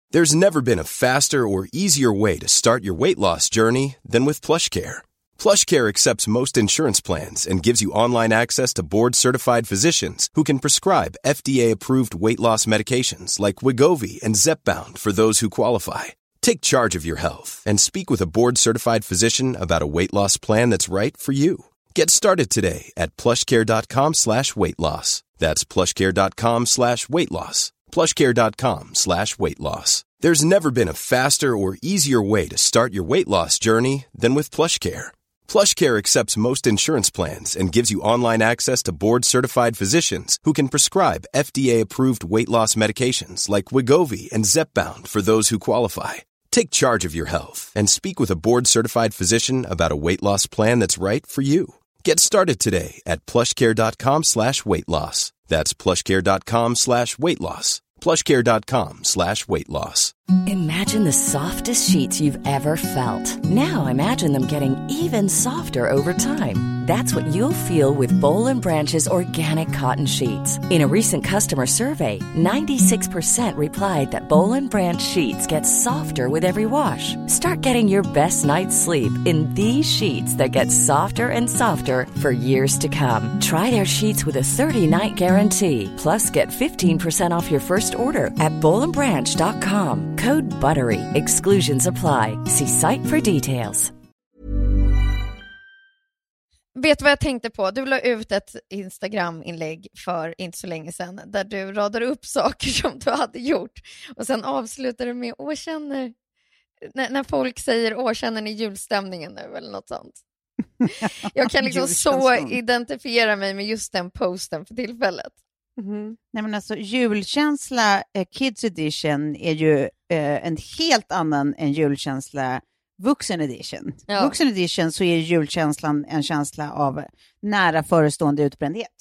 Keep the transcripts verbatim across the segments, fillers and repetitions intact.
There's never been a faster or easier way to start your weight loss journey than with PlushCare. PlushCare accepts most insurance plans and gives you online access to board-certified physicians who can prescribe F D A-approved weight loss medications like Wegovy and Zepbound for those who qualify. Take charge of your health and speak with a board-certified physician about a weight loss plan that's right for you. Get started today at plushcare.com slash weight loss. That's plushcare.com slash weight loss. plushcare.com slash weight loss. There's never been a faster or easier way to start your weight loss journey than with PlushCare. PlushCare accepts most insurance plans and gives you online access to board-certified physicians who can prescribe F D A-approved weight loss medications like Wegovy and Zepbound for those who qualify. Take charge of your health and speak with a board-certified physician about a weight loss plan that's right for you. Get started today at plushcare.com slash weight loss. That's plushcare.com slash weight loss. plushcare.com slash weight loss. Imagine the softest sheets you've ever felt. Now imagine them getting even softer over time. That's what you'll feel with Boll and Branch's organic cotton sheets. In a recent customer survey, ninety-six percent replied that Boll and Branch sheets get softer with every wash. Start getting your best night's sleep in these sheets that get softer and softer for years to come. Try their sheets with a thirty-night guarantee. Plus, get fifteen percent off your first order at boll and branch dot com. Code BUTTERY. Exclusions apply. See site for details. Vet du vad jag tänkte på? Du la ut ett Instagram-inlägg för inte så länge sedan där du radar upp saker som du hade gjort och sen avslutar du med åh känner när, när folk säger åh känner ni julstämningen nu eller något sånt. Jag kan liksom så identifiera mig med just den posten för tillfället. Mm-hmm. Nej, men alltså, julkänsla eh, Kids Edition är ju eh, en helt annan än julkänsla Vuxen Edition. Ja. Vuxen Edition så är julkänslan en känsla av nära förestående utbrändhet.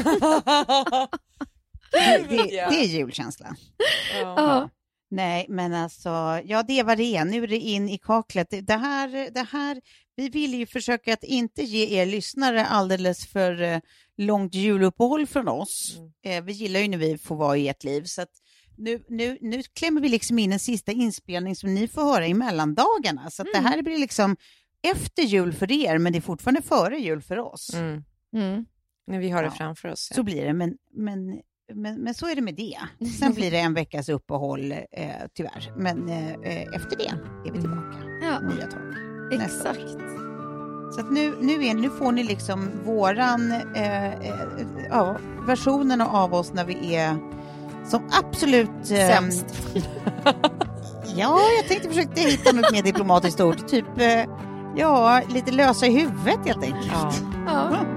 det, det, det är julkänsla. Ja. Ja. Nej, men alltså, ja det var det. Nu är det in i kaklet. Det här, det här, vi vill ju försöka att inte ge er lyssnare alldeles för eh, långt juluppehåll från oss. Mm. Eh, vi gillar ju när vi får vara i ert liv. Så att nu, nu, nu klämmer vi liksom in en sista inspelning som ni får höra i mellandagarna. Så att mm. det här blir liksom efter jul för er, men det är fortfarande före jul för oss. Mm. Mm. När vi har det ja. framför oss. Ja. Så blir det, men... men Men, men så är det med det. Sen blir det en veckas uppehåll eh, tyvärr. Men eh, efter det är vi tillbaka. Ja. Nya tag. Exakt. Så att nu, nu, är, nu får ni liksom våran eh, eh, ja, versionen av oss när vi är som absolut... Eh, sämst. Ja, jag tänkte försöka hitta något mer diplomatiskt ord. Typ, eh, ja, lite lösa i huvudet helt enkelt. Ja. Ja. Mm.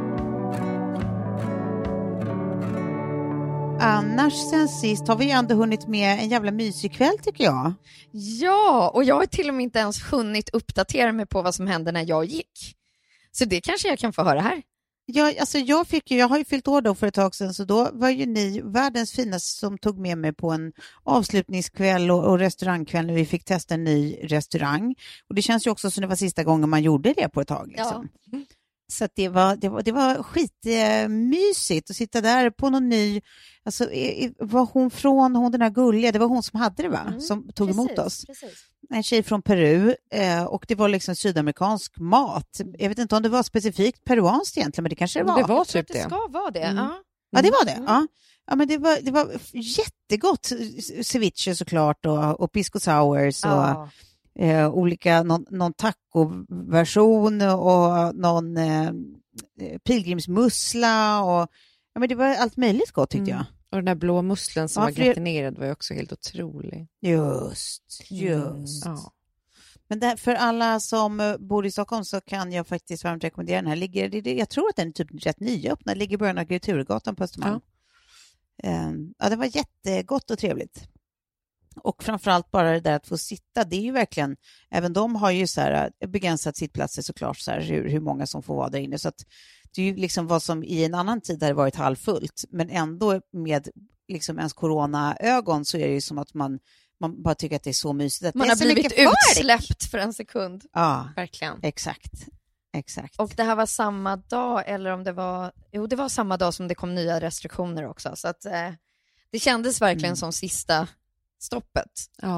Annars sen sist har vi ändå hunnit med en jävla mysig kväll tycker jag. Ja, och jag har till och med inte ens hunnit uppdatera mig på vad som hände när jag gick. Så det kanske jag kan få höra här. Ja, alltså jag, fick ju, jag har ju fyllt år då för ett tag sedan så då var ju ni världens finaste som tog med mig på en avslutningskväll och, och restaurangkväll när vi fick testa en ny restaurang. Och det känns ju också som det var sista gången man gjorde det på ett tag. Liksom. Ja. Så att det var, det var, det var skitmysigt att sitta där på någon ny, alltså var hon från, hon den här gulliga, det var hon som hade det va, mm, som tog precis, emot oss. Precis. En tjej från Peru eh, och det var liksom sydamerikansk mat. Jag vet inte om det var specifikt peruanskt egentligen, men det kanske det var. Det var typ det. Det ska vara det, mm. ja. Ja, det var det, mm. ja. Ja, men det var, det var jättegott ceviche såklart och, och pisco sours och ja. Eh, olika, någon, någon taco-version och någon eh, pilgrimsmussla och ja, men det var allt möjligt gott tyckte mm. jag. Och den där blå musslan som ja, var gratinerad var ju också helt otrolig. Just, just. Mm. Ja. Men där, för alla som bor i Stockholm så kan jag faktiskt varmt rekommendera den här. Ligger, jag tror att den är typ rätt nyöppnad, ligger i början av Kulturgatan på Östermalm. Ja. Eh, ja, det var jättegott och trevligt. Och framförallt bara det där att få sitta, det är ju verkligen, även de har ju så här begränsat sittplatser såklart, så här, hur, hur många som får vara där inne. Så att det är ju liksom vad som i en annan tid hade varit halvfullt, men ändå med liksom ens coronaögon så är det ju som att man, man bara tycker att det är så mysigt. Att man det har så blivit mycket utsläppt för en sekund. Ja, verkligen. Exakt. Exakt. Och det här var samma dag, eller om det var, jo det var samma dag som det kom nya restriktioner också. Så att eh, det kändes verkligen mm. som sista stoppet. Ja.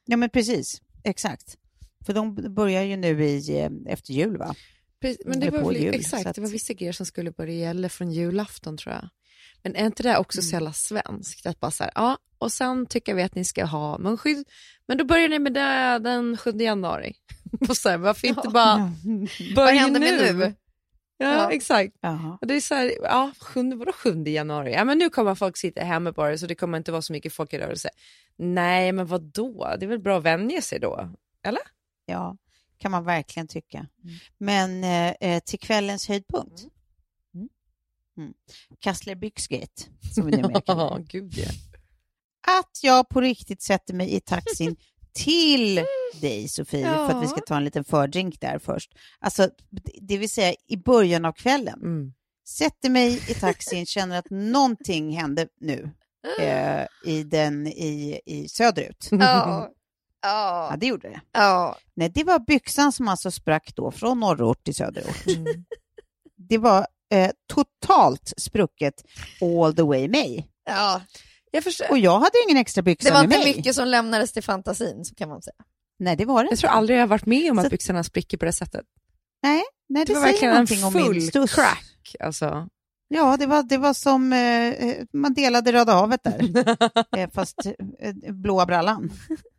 Ja, men precis. Exakt. För de börjar ju nu i, efter jul, va? Precis, men det var väl, jul, exakt, att... det var vissa grejer som skulle börja gälla från julafton, tror jag. Men är inte det också mm. så jävla svenskt? Att bara så här, ja, och sen tycker vi att ni ska ha munskydd. Men då börjar ni med det den sjunde januari. Och så här, varför inte bara ja. Vad händer nu? med nu? Ja, ja. exakt. Jaha. Och det är så här, ja, sjunde, vadå sjunde januari? Ja, men nu kommer folk sitta hemma bara, så det kommer inte vara så mycket folk i rörelse. Nej, men vad då? Det är väl bra att vänja sig då, eller? Ja, kan man verkligen tycka. Mm. Men eh, till kvällens höjdpunkt. Mm. Mm. Kassler Byxgate, som vi numera kallar det. Gud, ja. Att jag på riktigt sätter mig i taxin till dig, Sofie, ja. för att vi ska ta en liten fördrink där först. Alltså, det vill säga i början av kvällen. Mm. Sätter mig i taxin, känner att någonting hände nu eh, i, den, i, i söderut. Ja. Ja. ja, det gjorde det. Ja. Nej, det var byxan som alltså sprack då från norrort till söderort. Mm. Det var eh, totalt sprucket all the way mig. Ja. Jag förstår. Och jag hade ingen extra byxa med mig. Det var inte mycket som lämnades till fantasin, så kan man säga. Nej, det var det. Jag tror aldrig jag har varit med om att så... byxorna spricker på det sättet. Nej, nej det, det var säger verkligen någonting en om full min stuss. crack. Alltså. Ja, det var, det var som eh, man delade Röda havet där. eh, fast eh, blåa brallan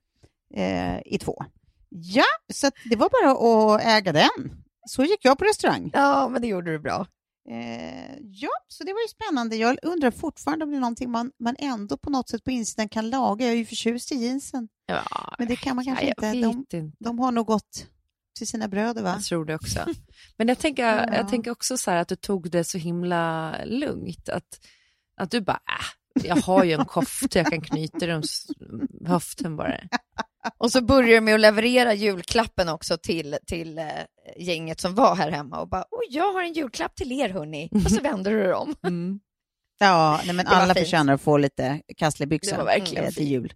eh, i två. Ja, så det var bara att äga den. Så gick jag på restaurang. Ja, men det gjorde du bra. Eh, ja, så det var ju spännande. Jag undrar fortfarande om det är någonting man, man ändå på något sätt på insidan kan laga. Jag är ju förtjust i jeansen. Ja, men det kan man kanske ja, inte. De, inte. De har nog gått till sina bröder, va? Jag tror det också. Men jag tänker, ja. jag tänker också så här att du tog det så himla lugnt. Att, att du bara, äh, jag har ju en kofta, jag kan knyta runt höften bara. Och så börjar du med att leverera julklappen också till, till äh, gänget som var här hemma och bara, oj, jag har en julklapp till er, hörni. Och så vänder du dem. Mm. Ja, nej, men alla förtjänar att få lite Kasslerbyxor. Det var verkligen till jul.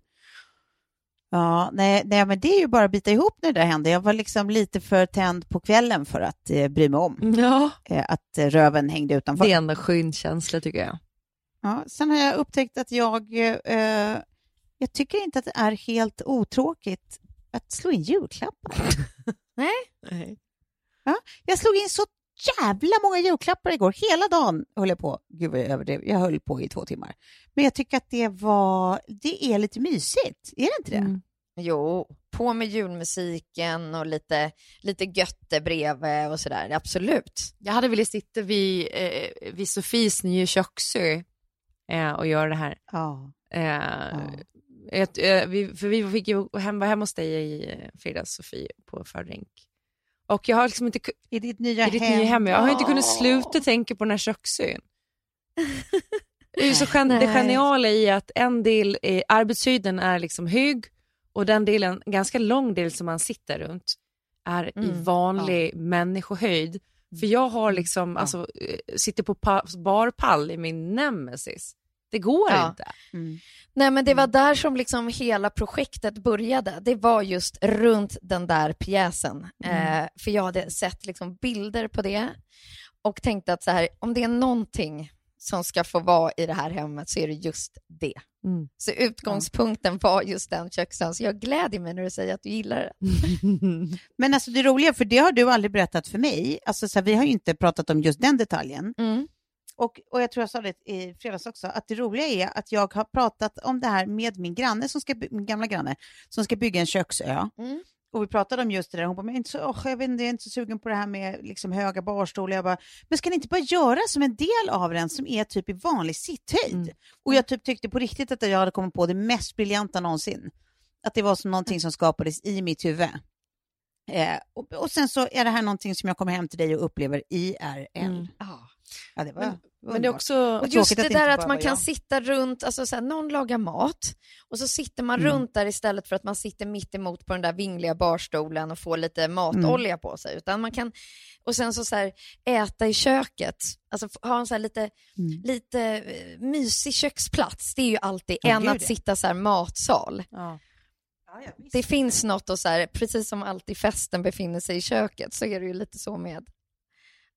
Ja, nej, nej, men det är ju bara att bita ihop när det där hände. Jag var liksom lite för tänd på kvällen för att eh, bry mig om. Ja. Eh, att eh, röven hängde utanför. Det är ändå skön känsla, tycker jag. Ja, sen har jag upptäckt att jag eh, jag tycker inte att det är helt otråkigt att slå in julklappar. Nej. Nej. Ja, jag slog in så jävla många julklappar igår. Hela dagen höll jag på. Gud vad jag överdrev. Jag höll på i två timmar. Men jag tycker att det var, det är lite mysigt. Är det inte det? Mm. Jo, på med julmusiken och lite, lite götte bredvid och sådär. Absolut. Jag hade velat sitta vid, eh, vid Sofies nya köksö eh, och göra det här. Ja. Eh, ja. Ett, eh, vi, för vi fick ju hem, var hemma hos dig i fredags, Sofie, på fördrink. Och jag har liksom inte i ditt nya, i ditt hem. nya hem. Jag har inte kunnat sluta tänka på den här köksön. Det är ju så gen- det geniala i att en del i arbetshöjden är liksom hög och den delen, ganska lång del som man sitter runt är mm. i vanlig ja. människohöjd. För jag har liksom ja. alltså, sitter på pa- barpall i min nemesis. Det går ja. inte. Mm. Nej, men det var där som liksom hela projektet började. Det var just runt den där pjäsen. Mm. Eh, för jag hade sett liksom bilder på det och tänkte att så här, om det är någonting som ska få vara i det här hemmet så är det just det. Mm. Så utgångspunkten ja. var just den köksen. Så jag gläder mig när du säger att du gillar det. Men alltså det roliga, för det har du aldrig berättat för mig. Alltså så här, vi har ju inte pratat om just den detaljen. Mm. Och, och jag tror jag sa det i fredags också, att det roliga är att jag har pratat om det här med min granne, som ska, min gamla granne, som ska bygga en köksö. Mm. Och vi pratade om just det där. Hon bara, men inte så, oh, jag, vet inte, jag är inte så sugen på det här med liksom höga barstolar. Jag bara, men ska ni inte bara göra som en del av den som är typ i vanlig sitthöjd? Mm. Och jag typ tyckte på riktigt att jag hade kommit på det mest briljanta någonsin. Att det var som någonting som skapades i mitt huvud. Eh, och, och sen så är det här någonting som jag kommer hem till dig och upplever I R L. Mm. Ja, det var men, men det är också och just det, det där att, att man kan jag. sitta runt, alltså så här, någon lagar mat och så sitter man mm. runt där istället för att man sitter mitt emot på den där vingliga barstolen och får lite matolja mm. på sig, utan man kan, och sen så, så här, äta i köket, alltså ha en så här lite, mm. lite mysig köksplats, det är ju alltid ja, än gud, att ja. sitta så här matsal. Ja. Ja, ja, det finns något och så här, precis som alltid festen befinner sig i köket, så är det ju lite så med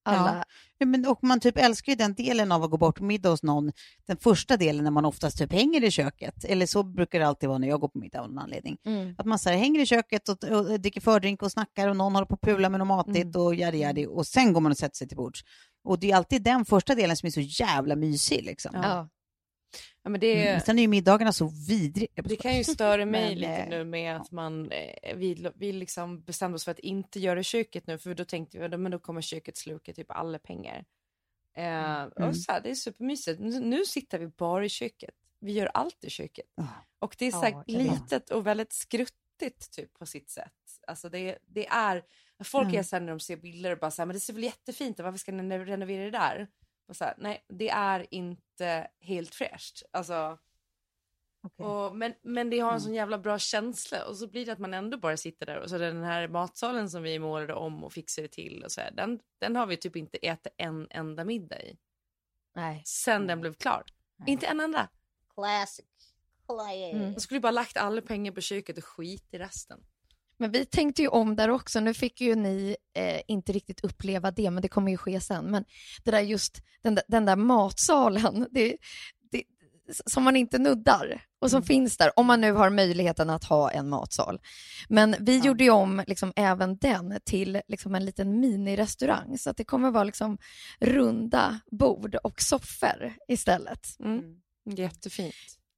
alla... Ja, men, och man typ älskar ju den delen av att gå bort på middag hos någon. Den första delen när man oftast typ hänger i köket. Eller så brukar det alltid vara när jag går på middag av någon anledning. Mm. Att man så här, hänger i köket och, och dricker fördrink och snackar och någon håller på att pula med något matigt mm. och jadi jadi. Och sen går man och sätter sig till bords. Och det är alltid den första delen som är så jävla mysig liksom. Ja. Ja, men det, mm. Sen är ju middagarna så vidriga. Det kan ju störa mig men, lite nu med att man eh, vi, vi liksom bestämde oss för att inte göra köket nu, för då tänkte vi men då kommer köket sluka typ alla pengar. Eh, mm. Och så här, det är supermysigt. Nu, nu sitter vi bara i köket. Vi gör allt i köket. Oh. Och det är så här oh, litet och väldigt skruttigt typ på sitt sätt. Alltså det, det är folk mm. är så här, när de ser bilder och bara så här, men det ser väl jättefint ut, varför ska ni renovera det där? Och så här, nej, det är inte helt fräscht. Alltså, okay. och, men, men det har en mm. sån jävla bra känsla. Och så blir det att man ändå bara sitter där. Och så den här matsalen som vi målade om och fixade till. Och så här, den, den har vi typ inte ätit en enda middag i. Nej. Sen mm. den blev klar. Nej. Inte en enda. Classic. Mm. Jag skulle bara lagt alla pengar på köket och skit i resten. Men vi tänkte ju om där också. Nu fick ju ni eh, inte riktigt uppleva det, men det kommer ju ske sen. Men det där just, den där, den där matsalen, det, det, som man inte nuddar och som mm. finns där, om man nu har möjligheten att ha en matsal. Men vi ja. gjorde ju om liksom även den till liksom en liten minirestaurang. Så att det kommer vara liksom runda bord och soffor istället. Mm. Jättefint.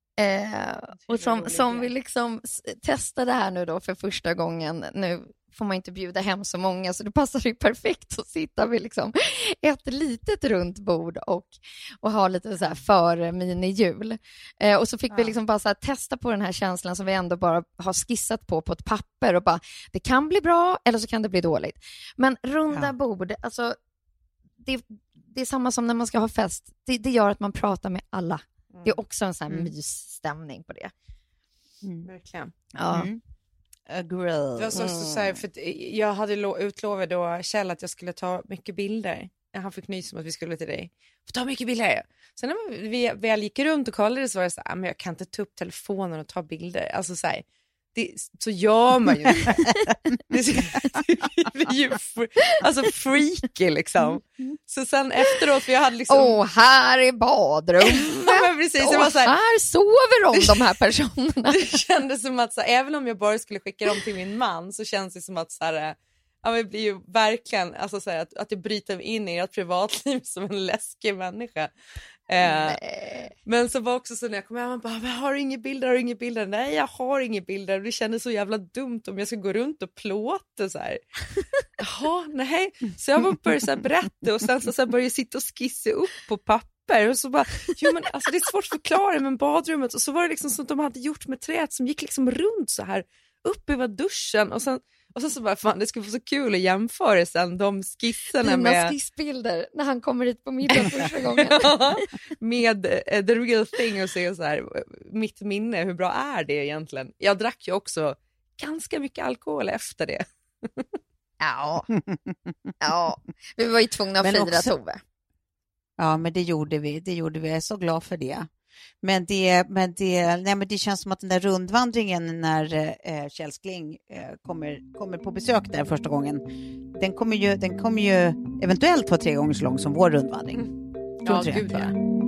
Eh, och som, som vi liksom testade här nu då för första gången. Nu får man inte bjuda hem så många, så det passar ju perfekt att sitta vid liksom ett litet runt bord och, och ha lite så här för minijul. Eh, och så fick ja. vi liksom bara så här testa på den här känslan som vi ändå bara har skissat på på ett papper och bara, det kan bli bra eller så kan det bli dåligt. Men runda ja. bord, alltså det, det är samma som när man ska ha fest. Det, det gör att man pratar med alla. Det är också en sån här mm. mysstämning på det. Mm. Verkligen. Ja. Mm. Agree. Det var så, så, så här, för jag hade lo- utlovat då Kjell att jag skulle ta mycket bilder. Han fick nys om att vi skulle till dig. Få ta mycket bilder. Sen när vi väl gick runt och kollade så var det så här, men jag kan inte ta upp telefonen och ta bilder. Alltså så här, det, så gör man ju. det, det blir ju alltså freaky liksom. Så sen efteråt, för jag hade liksom... Åh, här är badrum. Ja, precis. Och var så här... här sover de, de här personerna. Det kändes som att så här, även om jag bara skulle skicka dem till min man, så känns det som att så här, ja, det blir ju verkligen alltså, så här, att, att jag bryter in i ert privatliv som en läskig människa. Eh, men så var också så när jag kom hem, man bara, har du inga bilder, har du inga bilder? Nej, jag har inga bilder. Det kändes så jävla dumt om jag ska gå runt och plåta så här. Jaha, nej. Så jag bara började så här berätta och sen så, så här började jag sitta och skissa upp på papper och så bara, jo men alltså det är svårt att förklara men badrummet, och så var det liksom som de hade gjort med träet som gick liksom runt så här upp över duschen och sen Och så, så bara, fan det skulle vara så kul att jämföra sen de skisserna Dina med... skissbilder när han kommer hit på middag första gången. med uh, the real thing och se så här, mitt minne, hur bra är det egentligen? Jag drack ju också ganska mycket alkohol efter det. ja. ja, vi var ju tvungna att men fira också... Tove. Ja, men det gjorde vi. Det gjorde vi. Jag är så glad för det. Men det, men det, nej, men det känns som att den där rundvandringen när eh, Kjell Skling eh, kommer, kommer på besök där första gången, den kommer ju, den kommer ju eventuellt vara tre gånger så lång som vår rundvandring. Mm. Ja, gud ja.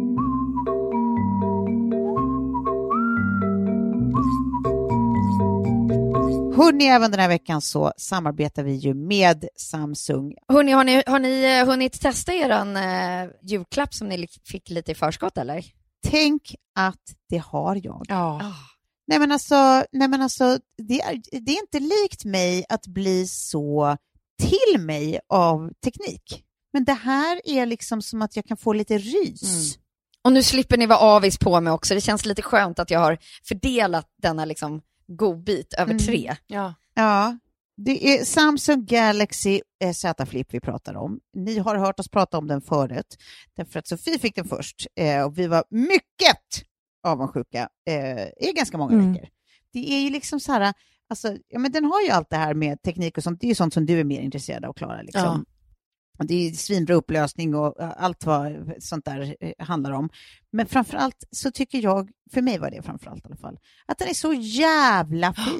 Hörrni, även den här veckan så samarbetar vi ju med Samsung. Hörrni, har ni, har ni hunnit testa eran eh, julklapp som ni fick lite i förskott eller? Tänk att det har jag. Ja. Oh. Nej men alltså, nej men alltså det, är, det är inte likt mig att bli så till mig av teknik. Men det här är liksom som att jag kan få lite rys. Mm. Och nu slipper ni vara avis på mig också. Det känns lite skönt att jag har fördelat denna liksom godbit över mm. tre. Ja. Ja. Det är Samsung Galaxy Z Flip vi pratar om. Ni har hört oss prata om den förut. Därför att Sofie fick den först. Eh, och vi var mycket avundsjuka eh, i ganska många mm. veckor. Det är ju liksom så här, alltså, ja, men den har ju allt det här med teknik och sånt. Det är ju sånt som du är mer intresserad av att klara. Liksom. Ja. Det är svinbra upplösning och allt vad sånt där handlar om. Men framförallt så tycker jag, för mig var det framförallt i alla fall, att den är så jävla fin.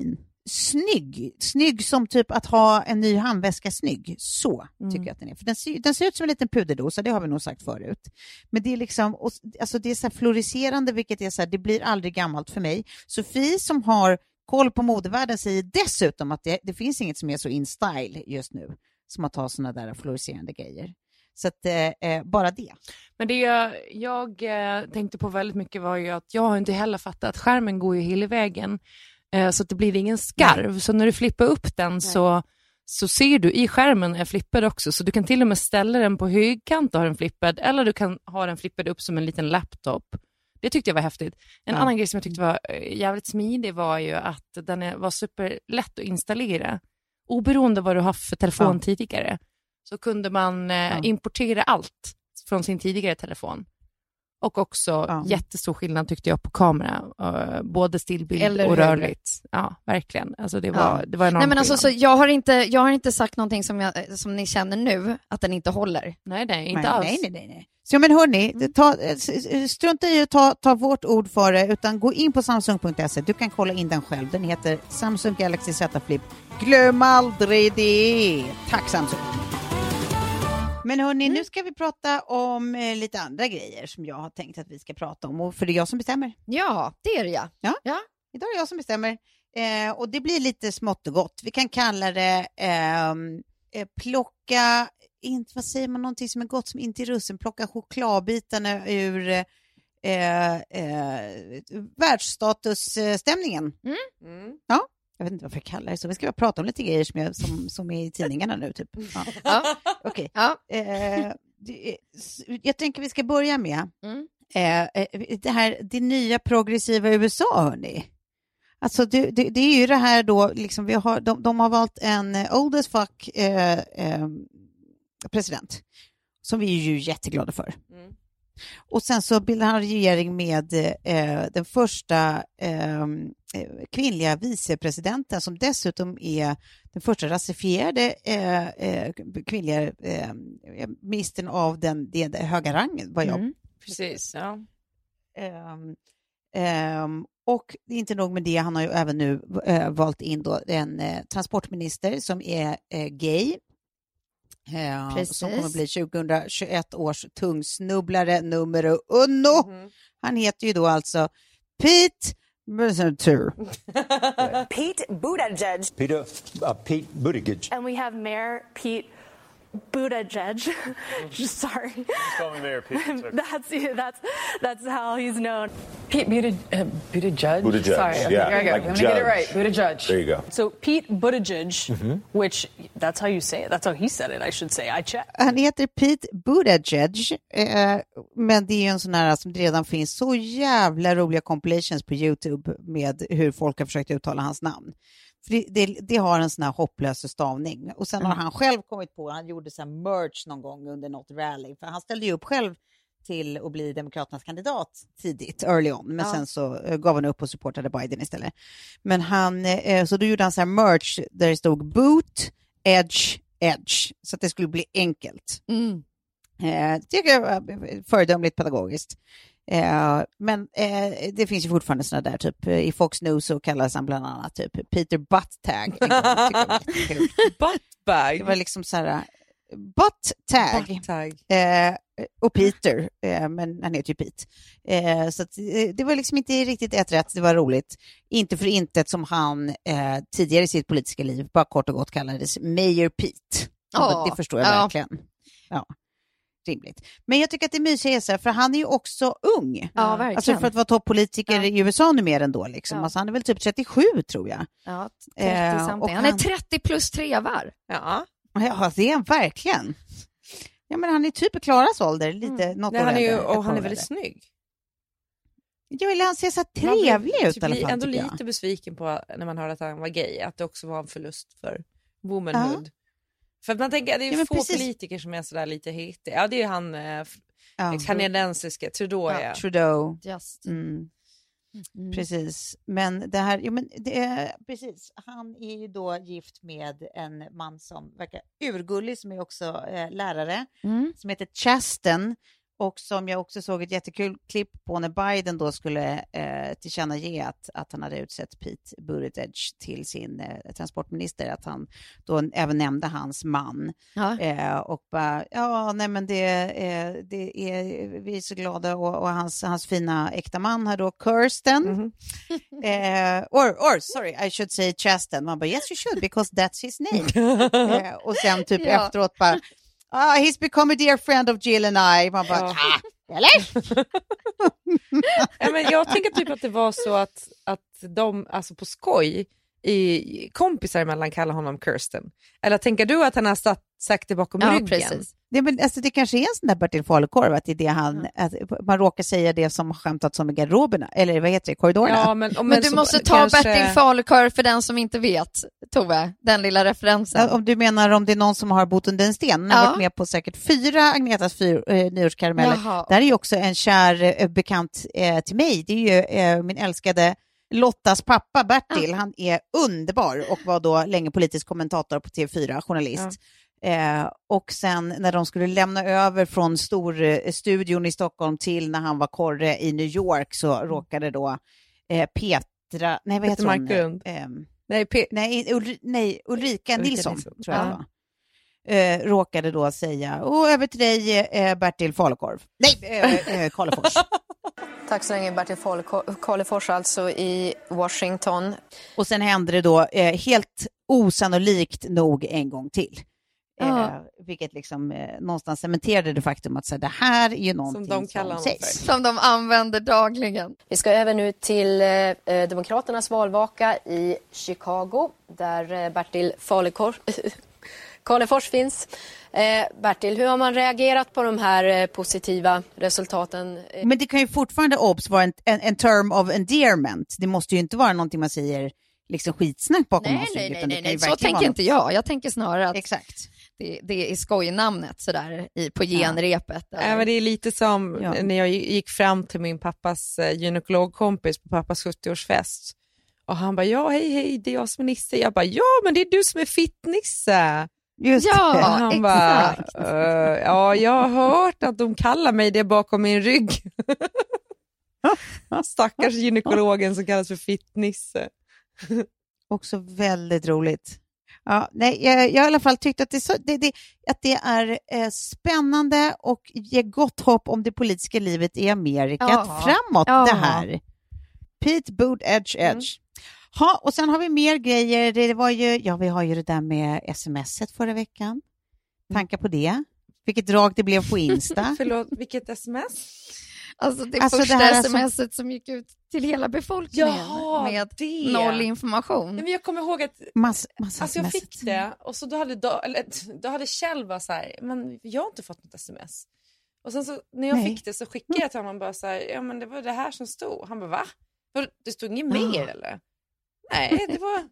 snygg. Snygg som typ att ha en ny handväska snygg. Så Mm. tycker jag att den är. För den ser, den ser ut som en liten puderdosa, det har vi nog sagt förut. Men det är liksom, och, alltså det är så här fluorescerande, vilket är så här, det blir aldrig gammalt för mig. Sofie som har koll på modevärlden säger dessutom att det, det finns inget som är så in style just nu som att ha såna där fluorescerande grejer. Så att eh, bara det. Men det jag, jag eh, tänkte på väldigt mycket var ju att jag har inte heller fattat att skärmen går ju hela vägen. Eh, så att det blir ingen skarv. Nej. Så när du flippar upp den så, så ser du i skärmen är flippad också. Så du kan till och med ställa den på högkant och ha den flippad. Eller du kan ha den flippad upp som en liten laptop. Det tyckte jag var häftigt. En ja. annan grej som jag tyckte var jävligt smidig var ju att den är, var superlätt att installera. Oberoende vad du har för telefon ja. tidigare. Så kunde man eh, ja. importera allt från sin tidigare telefon. Och också ja. jättestor skillnad tyckte jag på kamera. Uh, både stillbild Eller och rörligt. Ja, verkligen. Alltså det var, ja. det var enormt. Nej, men alltså, så jag, har inte, jag har inte sagt någonting som, jag, som ni känner nu, att den inte håller. Nej, nej, inte nej, alls. Nej, nej, nej. nej. Så men hörni, ta, strunta i att ta, ta vårt ord för det, utan gå in på samsung punkt se. Du kan kolla in den själv. Den heter Samsung Galaxy Z Flip. Glöm aldrig det. Tack Samsung. Men hörni, mm. nu ska vi prata om eh, lite andra grejer som jag har tänkt att vi ska prata om. Och för det är jag som bestämmer. Ja, det är det ja. Ja, ja. Idag är jag som bestämmer. Eh, och det blir lite smått och gott. Vi kan kalla det eh, eh, plocka, inte, vad säger man, någonting som är gott som inte är russin. Plocka chokladbitarna ur eh, eh, världsstatusstämningen. Mm. Mm. Ja. Jag vet inte varför jag kallar det så. Vi ska bara prata om lite grejer som, jag, som, som är i tidningarna nu. Typ. Ja. Ja. Okej. Ja. Eh, det, jag tänker vi ska börja med mm. eh, det här det nya progressiva U S A, hörni. Alltså det, det, det är ju det här då, liksom, vi har, de, de har valt en old as fuck eh, eh, president. Som vi är ju jätteglada för. Mm. Och sen så bildar han regering med eh, den första eh, kvinnliga vicepresidenten som dessutom är den första rasifierade eh, eh, kvinnliga eh, ministern av den, den höga rangen. Var jag. Mm, precis, ja. Eh, eh, och inte nog med det, han har ju även nu eh, valt in då en eh, transportminister som är eh, gay. Eh, som kommer bli tjugohundratjugoett års tungsnubblare nummer uno. Mm-hmm. Han heter ju då alltså Pete Buttigieg. Pete Buttigieg. Peter, uh, Pete Buttigieg. And we have Mayor Pete Buttigieg. Sorry. Just call me Mayor Pete. Okay. That's that's that's how he's known. Pete Buttigieg. Uh, Buttigieg. Buttigieg. Sorry. Okay, Yeah, there I go. like I'm gonna get it right. Buttigieg. There you go. So Pete Buttigieg, mm-hmm. which that's how you say it. That's how he said it. I should say. I checked. Han heter Pete Buttigieg, eh, men det är ju en sån här som det redan finns så jävla roliga compilations på YouTube med hur folk har försökt uttala hans namn. För det, det, det har en sån här hopplös stavning. Och sen mm. har han själv kommit på, han gjorde så här merch någon gång under något rally. För han ställde ju upp själv till att bli Demokraternas kandidat tidigt, early on. Men ja. sen så uh, gav han upp och supportade Biden istället. Men han, uh, så då gjorde han så här merch där det stod boot, edge, edge. Så att det skulle bli enkelt. Mm. Uh, tycker jag var föredömligt pedagogiskt. Eh, men eh, det finns ju fortfarande sådana där typ i Fox News så kallas han bland annat typ Peter Butttag. Buttbag. Det var liksom så här Butttag. Butt eh, och Peter, eh, men han heter ju Pete. Eh, så att, eh, det var liksom inte riktigt ett rätt, det var roligt. Inte för intet som han eh, tidigare i sitt politiska liv bara kort och gott kallades Mayor Pete. Oh, det förstår jag ja. verkligen. Ja. Rimligt. Men jag tycker att det är mysigt för han är ju också ung. Ja, verkligen. Alltså för att vara toppolitiker ja. i U S A nu mer än då liksom. Ja. Alltså han är väl typ trettiosju tror jag. Ja, trettio eh, han... han är trettio plus trevar. Ja. Ja, det är han verkligen. Ja, men han är typ i Klaras ålder. Lite, mm. något Nej, han är ju, och han är väldigt snygg. Jag vill han ser så trevlig ut typ i alla fall. Jag är ändå lite besviken på när man hör att han var gay. Att det också var en förlust för womanhood. Ja. För att man tänker att det är ja, få precis. politiker som är sådär lite hitiga. Ja, det är ju han eh, ja. kanadensiska Trudeau. Ja, ja. Trudeau. Just. Mm. Mm. Precis. Men det här, ja, men det är, precis. Han är ju då gift med en man som verkar urgullig som är också eh, lärare. Mm. Som heter Chasten. och som jag också såg ett jättekul klipp på när Biden då skulle eh, tillkännage att, att han hade utsett Pete Buttigieg till sin eh, transportminister, att han då även nämnde hans man. Ja. Eh, och bara, ja, nej men det, eh, det är, vi är så glada, och, och hans, hans fina äkta man här då, Kirsten. Mm-hmm. eh, or, or, sorry, I should say Chasten. Man bara, yes you should, because that's his name. eh, och sen typ Ja. efteråt bara, ah, he's become a dear friend of Jill and I. Man bara, Ja. ah, eller? Ja, men jag tänker typ att det var så att, att de, alltså på skoj, i kompisar emellan kallar honom Kirsten. Eller tänker du att han har satt, sagt det bakom Ja, ryggen? precis. Det, men, alltså, det kanske är en sån där Bertil Falukorv, att det är det han, att man råkar säga det som skämtats om i garderoberna, eller vad heter det, korridorerna. Ja, men, Men, men du så, måste ta kanske... Bertil Falukorv för den som inte vet, Tove, den lilla referensen. Ja, om du menar om det är någon som har bott under en sten. Han har Ja. varit med på säkert fyra Agnetas fyr, eh, nyårskarameller. Jaha. Där är ju också en kär eh, bekant eh, till mig. Det är ju eh, min älskade Lottas pappa Bertil. Ja. Han är underbar och var då länge politisk kommentator på T V fyra, journalist. Ja. Eh, och sen när de skulle lämna över från storstudion i Stockholm till när han var korre i New York, så råkade då eh, Petra, nej vad heter hon? Marklund. Eh, Nej, P- nej, Ulri, nej, Ulrika Nilsson, Nilsson. tror jag Ja. det var. Eh, råkade då säga, och över till dig eh, Bertil Falukorv. Nej, eh, eh, Karlefors. Tack så länge, Bertil Karlefors alltså i Washington. Och sen hände det då eh, helt osannolikt nog en gång till. Eh, Ja. Vilket liksom eh, någonstans cementerade det faktum att så, det här är ju någonting de kallar som honom sägs. Som de använder dagligen. Vi ska över nu till eh, Demokraternas valvaka i Chicago, där eh, Bertil Falukorv Karlefors finns. Eh, Bertil, hur har man reagerat på de här eh, positiva resultaten? Eh, Men det kan ju fortfarande obs vara en, en, en term of endearment. Det måste ju inte vara någonting man säger liksom skitsnack bakom Nej, oss. nej, nej, nej, nej. så tänker inte jag. Jag tänker snarare att Exakt. det, det är skojnamnet sådär i, på genrepet. Ja. Ja, men det är lite som Ja. när jag gick fram till min pappas eh, gynekologkompis på pappas sjuttioårsfest. Och han bara, ja hej hej, det är jag som är Nisse. Jag bara, ja men det är du som är Fitt-Nisse. Just Ja, det. Han exakt. bara, uh, ja jag har hört att de kallar mig det bakom min rygg. Stackars gynekologen som kallas för Fitt-Nisse. Också väldigt roligt. Ja, nej, jag, jag har i alla fall tyckt att det, är så, det, det, att det är eh, spännande och ger gott hopp om det politiska livet i Amerika. Ja. Att framåt Ja. det här. Pete Buttigieg. Mm. Ha, och sen har vi mer grejer. Det var ju, ja, vi har ju det där med smset förra veckan. Tankar på det? Vilket drag det blev på Insta. Förlåt, vilket sms? Alltså det Alltså, första det här som- smset som gick ut till hela befolkningen Jaha, med det. noll information. Nej, men jag kommer ihåg att Mass, massa alltså jag sms. fick det och så då hade, då, eller, då hade Kjell bara så här, men jag har inte fått något sms. Och sen så när jag Nej. fick det så skickade jag till honom bara så här, ja men det var det här som stod. Han bara, va? Var- Det stod inget mer eller? Nej, det var...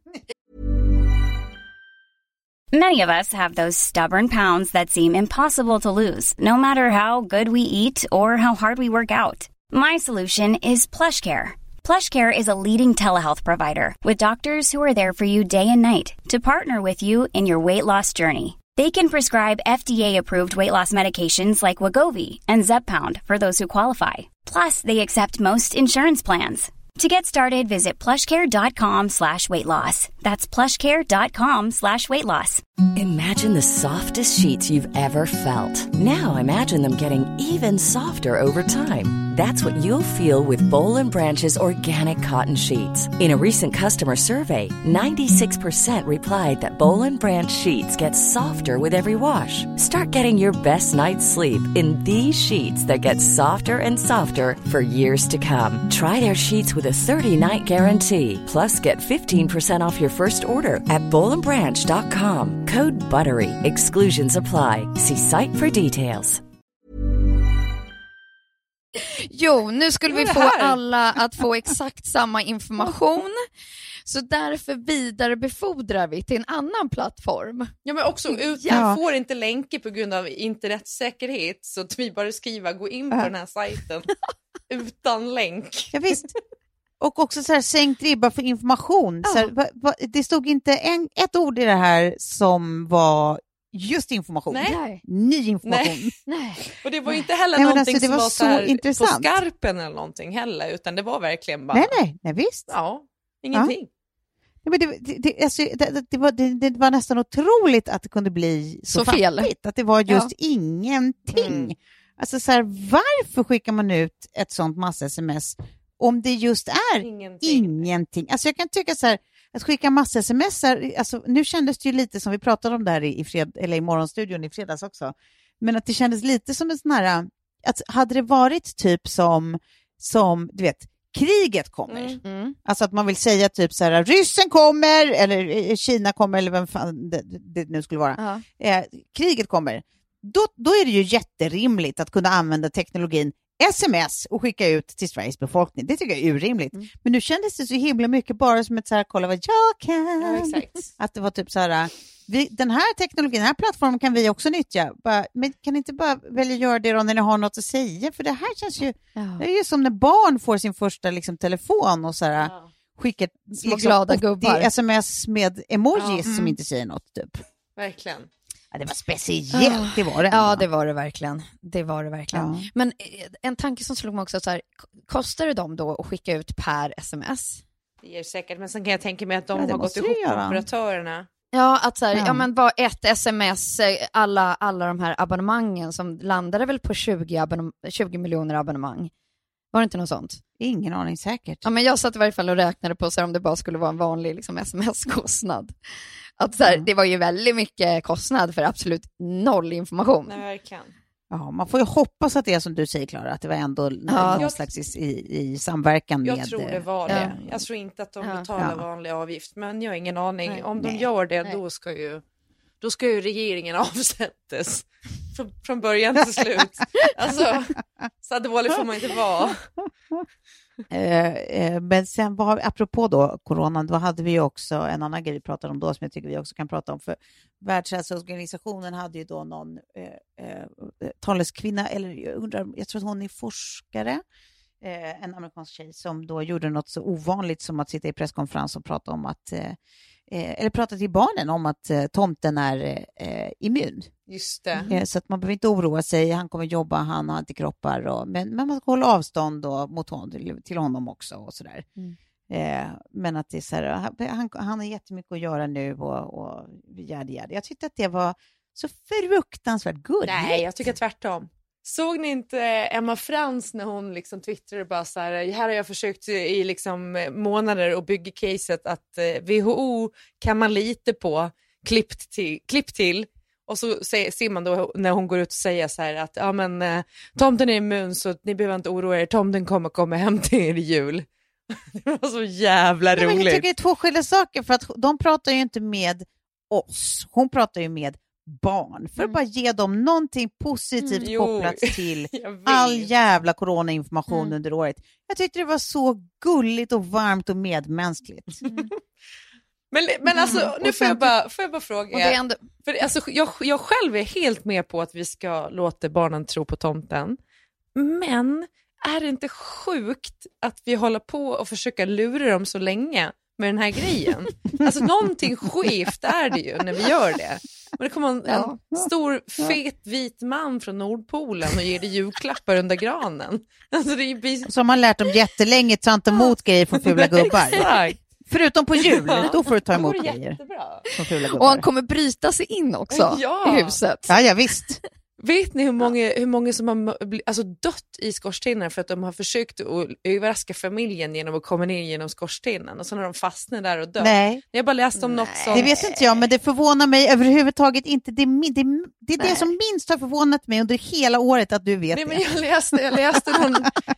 Many of us have those stubborn pounds that seem impossible to lose, no matter how good we eat or how hard we work out. My solution is PlushCare. PlushCare is a leading telehealth provider with doctors who are there for you day and night to partner with you in your weight loss journey. They can prescribe F D A-approved weight loss medications like Wegovy and Zepbound for those who qualify. Plus, they accept most insurance plans. To get started, visit plushcare.com slash weight loss. That's plushcare.com slash weight loss. Imagine the softest sheets you've ever felt. Now imagine them getting even softer over time. That's what you'll feel with Bowl and Branch's organic cotton sheets. In a recent customer survey, ninety-six percent replied that Bowl and Branch sheets get softer with every wash. Start getting your best night's sleep in these sheets that get softer and softer for years to come. Try their sheets with a thirty-night guarantee. Plus, get fifteen percent off your first order at bowl and branch dot com. Code BUTTERY. Exclusions apply. See site for details. Jo, nu skulle vi Vad är få det här? alla att få exakt samma information. Så därför vidarebefordrar vi till en annan plattform. Ja men också ut, Ja. får inte länkar på grund av internetsäkerhet så att vi bara skriva gå in på Ja. den här sajten utan länk. Ja, visst. Och också så här, sänkt ribba för information. Ja. Så här, va, va, det stod inte en, ett ord i det här som var just information. Nej. Ny information. Nej. Nej. Och det var inte heller Nej, någonting alltså, det som var var så så här intressant. på skarpen eller någonting heller, utan det var verkligen bara... Nej, nej, nej visst. Ja, ingenting. Ja. Men det, det, det, alltså, det, det, var, det, det var nästan otroligt att det kunde bli så, så fel. fattigt. Att det var just ja. ingenting. Mm. Alltså så här, varför skickar man ut ett sånt massa-sms om det just är ingenting? ingenting. Alltså jag kan tycka så här, att skicka massa-sms, alltså, nu kändes det ju lite som vi pratade om där i, fred, eller i morgonstudion i fredags också, men att det kändes lite som en sån här, att hade det varit typ som, som du vet, kriget kommer. Mm. Mm. Alltså att man vill säga typ så här, ryssen kommer, eller Kina kommer, eller vem fan det, det nu skulle vara. Ja. Eh, kriget kommer. Då, då är det ju jätterimligt att kunna använda teknologin sms och skicka ut till Sveriges befolkning. Det tycker jag är urimligt. Mm. Men nu kändes det så himla mycket bara som ett så här, kolla vad jag kan. Ja, exakt. Att det var typ så här, vi, den här teknologin, den här plattformen kan vi också nyttja. Bara, men kan ni inte bara välja göra det då när ni har något att säga? För det här känns ju, ja. det är ju som när barn får sin första liksom, telefon och så här, ja. skickar liksom, glada gubbar. sms med emojis ja. mm. som inte säger något typ. Verkligen. Ja, det var speciellt, det var det. Ja, det var det verkligen. Det var det verkligen. Ja. Men en tanke som slog mig också så här, kostar det dem då att skicka ut per sms? Det är säkert, men sen kan jag tänka mig att de ja, har gått ihop med operatörerna. Ja, att så här, ja. Ja. ja men bara ett sms, alla, alla de här abonnemangen som landade väl på tjugo, abonnem- tjugo miljoner abonnemang. Var det inte något sånt? Ingen aning säkert. Ja, men jag satt i varje fall och räknade på så här, om det bara skulle vara en vanlig liksom, sms-kostnad. Att så här, mm. det var ju väldigt mycket kostnad för absolut noll information. Nej, verkligen. Ja, man får ju hoppas att det är som du säger, Klara, att det var ändå ja, någon jag, slags i, i, i samverkan jag med... Jag tror det var det. Ja. Jag tror inte att de ja. betalar ja. vanlig avgift, men jag har ingen aning. Nej. Om de Nej. gör det, då ska ju, då ska ju regeringen avsättas från, från början till slut. Alltså, så dålig får man inte vara. Eh, eh, men sen var, apropå då coronan, då hade vi ju också en annan grej vi pratade om då som jag tycker vi också kan prata om, för Världshälsoorganisationen hade ju då någon eh, eh, taleskvinna, eller jag undrar, jag tror att hon är forskare, eh, en amerikansk tjej som då gjorde något så ovanligt som att sitta i presskonferens och prata om att eh, eller prata till barnen om att eh, tomten är eh, immun. Just det. Eh, så att man behöver inte oroa sig, han kommer jobba, han har inte kroppar. Och, men, men man ska hålla avstånd då, mot hon, till honom också och sådär. Mm. Eh, men att det är så här, han, han har jättemycket att göra nu och, och jäde, jäde. Jag tyckte att det var så fruktansvärt gulligt. Nej, jag tycker tvärtom. Såg ni inte Emma Frans när hon liksom twittrade bara så här, här har jag försökt i liksom månader och bygga caset att W H O kan man lita på, klippt till, klipp till. Och så ser man då när hon går ut och säger så här att ja men eh, tomten är immun så ni behöver inte oroa er, tomten kommer komma hem till er i jul. Det var så jävla roligt. Nej, men jag tycker det är två skilda saker, för att de pratar ju inte med oss, hon pratar ju med barn, för att mm. bara ge dem någonting positivt mm. kopplat till all jävla coronainformation mm. under året. Jag tyckte det var så gulligt och varmt och medmänskligt. Mm. Men, men alltså, mm. nu får jag, bara, får jag bara fråga. Det ändå... för alltså, jag, jag själv är helt med på att vi ska låta barnen tro på tomten. Men är det inte sjukt att vi håller på och försöker lura dem så länge med den här grejen? Alltså någonting skevt är det ju när vi gör det. Men det kommer en, en ja. stor fet vit man från Nordpolen och ger dig julklappar under granen. Alltså det är... Som har lärt dem jättelänge ta inte emot grejer från fula gubbar. Exakt. Förutom på jul, då får du ta emot grejer från fula gubbar. Och han kommer bryta sig in också ja. i huset. Ja, ja visst. Vet ni hur många, hur många som har alltså, dött i skorstenen för att de har försökt att överraska familjen genom att komma ner genom skorstenen och så har de fastnat där och dött? Nej. Jag bara läste om Nej. något som... Det vet inte jag, men det förvånar mig överhuvudtaget inte. Det, det, det är det som minst har förvånat mig under hela året att du vet. Nej, det. Men jag läste, jag läste någon...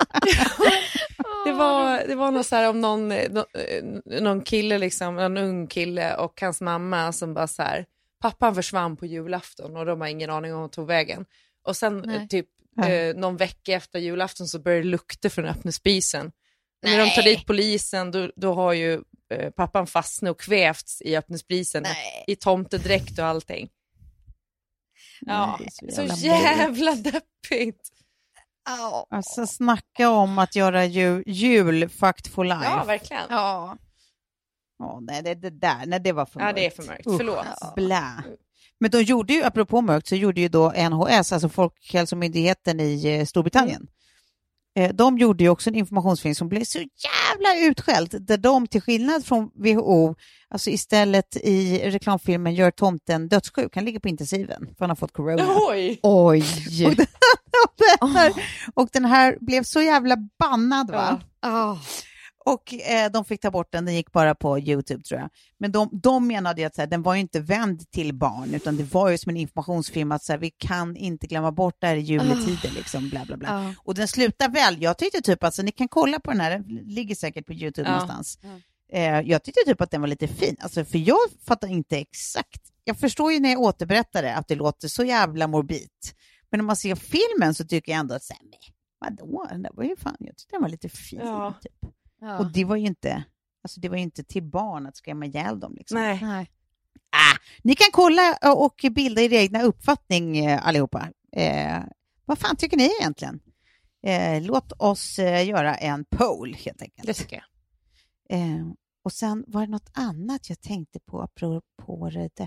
det, var, det var något så här om någon, någon kille, liksom, en ung kille och hans mamma som bara så här... Pappan försvann på julafton och de har ingen aning om hon tog vägen. Och sen Nej. typ eh, någon vecka efter julafton så börjar det lukta från öppna spisen. Och när de tar dit polisen då, då har ju eh, pappan fastnat och kvävts i öppna spisen. Nej. I tomtedräkt och allting. Ja, Nej, så jävla, så jävla deppigt. Oh. Alltså snacka om att göra jul, jul fact for life. Ja, verkligen. Ja. Ja, nej, det, det där, nej, det var för mörkt. Ja, det är för mörkt. Förlåt. Ja. Blä. Men de gjorde ju, apropå mörkt, så gjorde ju då N H S, alltså Folkhälsomyndigheten i eh, Storbritannien. Mm. Eh, de gjorde ju också en informationsfilm som blev så jävla utskälld, där de till skillnad från W H O, alltså istället i reklamfilmen gör tomten dödssjuk. Han ligger på intensiven för han har fått corona. Oj! Oj! Och den, och den, här, och den här blev så jävla bannad, va? Ja. Oh. Och eh, de fick ta bort den, den gick bara på YouTube tror jag. Men de, de menade ju att så här, den var ju inte vänd till barn, utan det var ju som en informationsfilm att så här, vi kan inte glömma bort det här i juletider, oh. liksom, bla bla bla. Oh. Och den slutar väl, jag tyckte typ alltså, ni kan kolla på den här, den ligger säkert på YouTube oh. någonstans. Oh. Eh, jag tyckte typ att den var lite fin, alltså, för jag fattar inte exakt. Jag förstår ju när jag återberättar det att det låter så jävla morbid. Men när man ser filmen så tycker jag ändå att så här, vadå, det var ju fan, jag tyckte den var lite fin ja. typ. Ja. Och det var ju inte, alltså det var ju inte till barn att skrämma ihjäl dem. Liksom. Nej. Nej. Ah, ni kan kolla och bilda er egna uppfattning allihopa. Eh, vad fan tycker ni egentligen? Eh, låt oss eh, göra en poll helt enkelt. Det tycker jag. Eh, och sen var det något annat jag tänkte på apropå det där.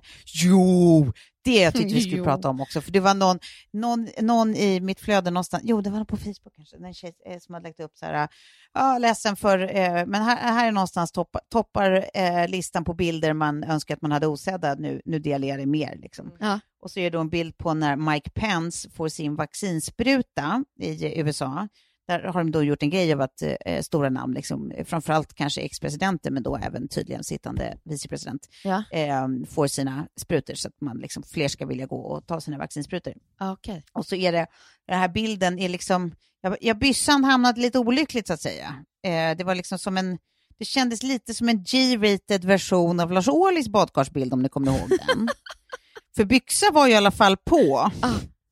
Jo, det jag tyckte vi skulle prata om också. För det var någon, någon, någon i mitt flöde någonstans. Jo, det var på Facebook kanske. En tjej som hade lagt upp så här. Ja, ledsen för, eh, men här, här är någonstans toppa, toppar eh, listan på bilder man önskar att man hade osedda. Nu, nu delar jag det mer liksom. Ja. Och så är det en bild på när Mike Pence får sin vaccinspruta i U S A. Där har de då gjort en grej av att eh, stora namn, liksom, framförallt kanske ex-presidenter, men då även tydligen sittande vicepresident, ja. eh, får sina sprutor så att man liksom, fler ska vilja gå och ta sina vaccinsprutor. Okay. Och så är det, den här bilden är liksom, jag, jag byssan hamnade lite olyckligt så att säga. Eh, det var liksom som en, det kändes lite som en G-rated version av Lars Ohlys badkarsbild om ni kommer ihåg den. För byxa var ju i alla fall på. Ah.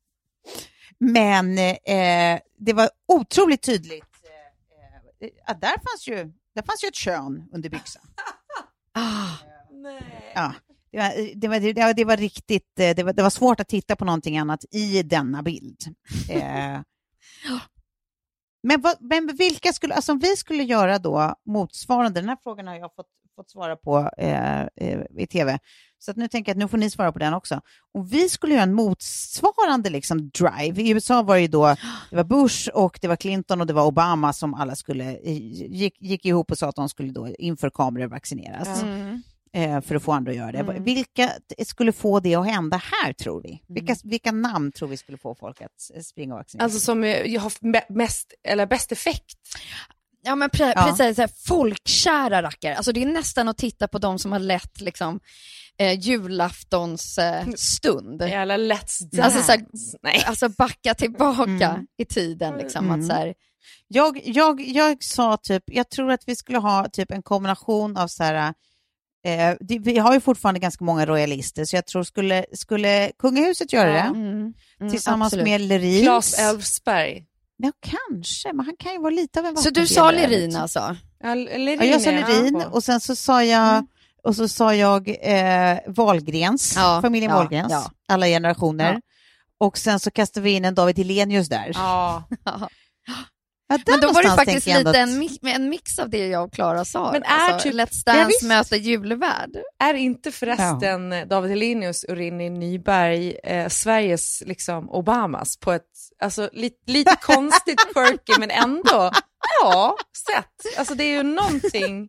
Men eh, det var otroligt tydligt eh, att där fanns ju, där fanns ju ett kön under byxan. Ah, nej. Ja, det var, det var, det var, det var riktigt, det var, det var svårt att titta på någonting annat i denna bild. Eh, men, vad, men vilka skulle, alltså om vi skulle göra då motsvarande, den här frågan har jag fått, fått svara på eh, eh, i tv. Så att nu tänker jag att nu får ni svara på den också. Om vi skulle göra en motsvarande liksom drive. I U S A var det ju då, det var Bush och det var Clinton och det var Obama som alla skulle, gick, gick ihop och sa att de skulle då inför kameror vaccineras. Mm. Eh, för att få andra att göra det. Mm. Vilka skulle få det att hända här tror vi? Vilka, mm. vilka namn tror vi skulle få folk att springa och vaccinera? Alltså som jag har mest, eller bäst effekt. Ja men pre- ja. precis, så här, folkkära rackar. Alltså det är nästan att titta på de som har lett liksom eh, julaftons eh, stund. Eller let's dance. Alltså, så här, Nej. alltså backa tillbaka mm. i tiden liksom. Mm. Att, så här... jag, jag, jag sa typ, jag tror att vi skulle ha typ en kombination av så här, eh, det, vi har ju fortfarande ganska många royalister så jag tror skulle, skulle kungahuset göra ja. det mm. Mm, tillsammans absolut. med Lerins. Claes Elfsberg. Ja, kanske. Men han kan ju vara lite av en Så du sa Lerin alltså? Ja, Lerin, ja jag sa Lerin och sen så sa jag mm. och så sa jag eh, Wahlgrens, ja, familjen ja, Wahlgrens, ja. alla generationer. Ja. Och sen så kastade vi in en David Hellenius där. Ja. Ja, men då var det faktiskt lite att... en, mix, en mix av det jag och Clara sa. Men är alltså, typ... Let's Dance ja, möter julevärld. Är inte förresten ja. David Hellenius och Rinny Nyberg eh, Sveriges liksom Obamas på ett alltså, li, lite konstigt quirky men ändå ja, sett. Alltså det är ju någonting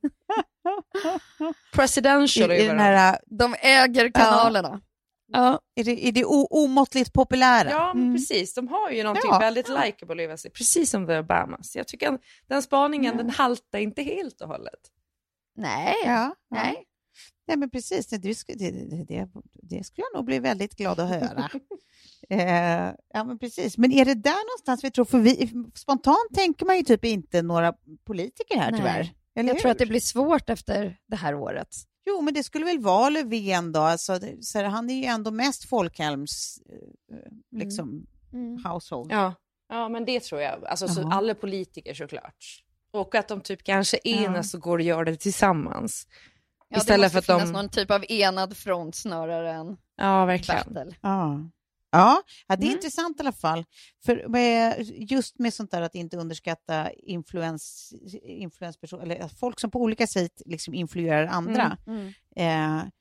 presidential I, i den här, de äger kanalerna. Ja. Ja. Är det, är det o- omåttligt populära? Ja, men mm. precis. De har ju någonting ja. väldigt likeable över sig. Precis som The Obamas. Jag tycker den spaningen, mm. den haltar inte helt och hållet. Nej, ja. nej. Ja. Nej, men precis. Det, det, det, det, det skulle jag nog bli väldigt glad att höra. eh, ja, men precis. Men är det där någonstans vi tror? För vi, spontant tänker man ju typ inte några politiker här, nej. tyvärr. Eller jag hur? tror att det blir svårt efter det här året. Jo, men det skulle väl vara Löfven då. Alltså, så han är ju ändå mest folkhemms eh, liksom, mm. household. Ja. ja, men det tror jag. Alltså, så alla politiker såklart. Och att de typ kanske enas ja. och går och gör det tillsammans. Ja, istället det måste för att finnas de... någon typ av enad front snarare än ja, verkligen. battle. Ja. Ja, ja, det är mm. intressant i alla fall. För med, just med sånt där att inte underskatta influens, influenspersoner, eller folk som på olika sätt liksom influerar andra. Mm. Mm. Eh,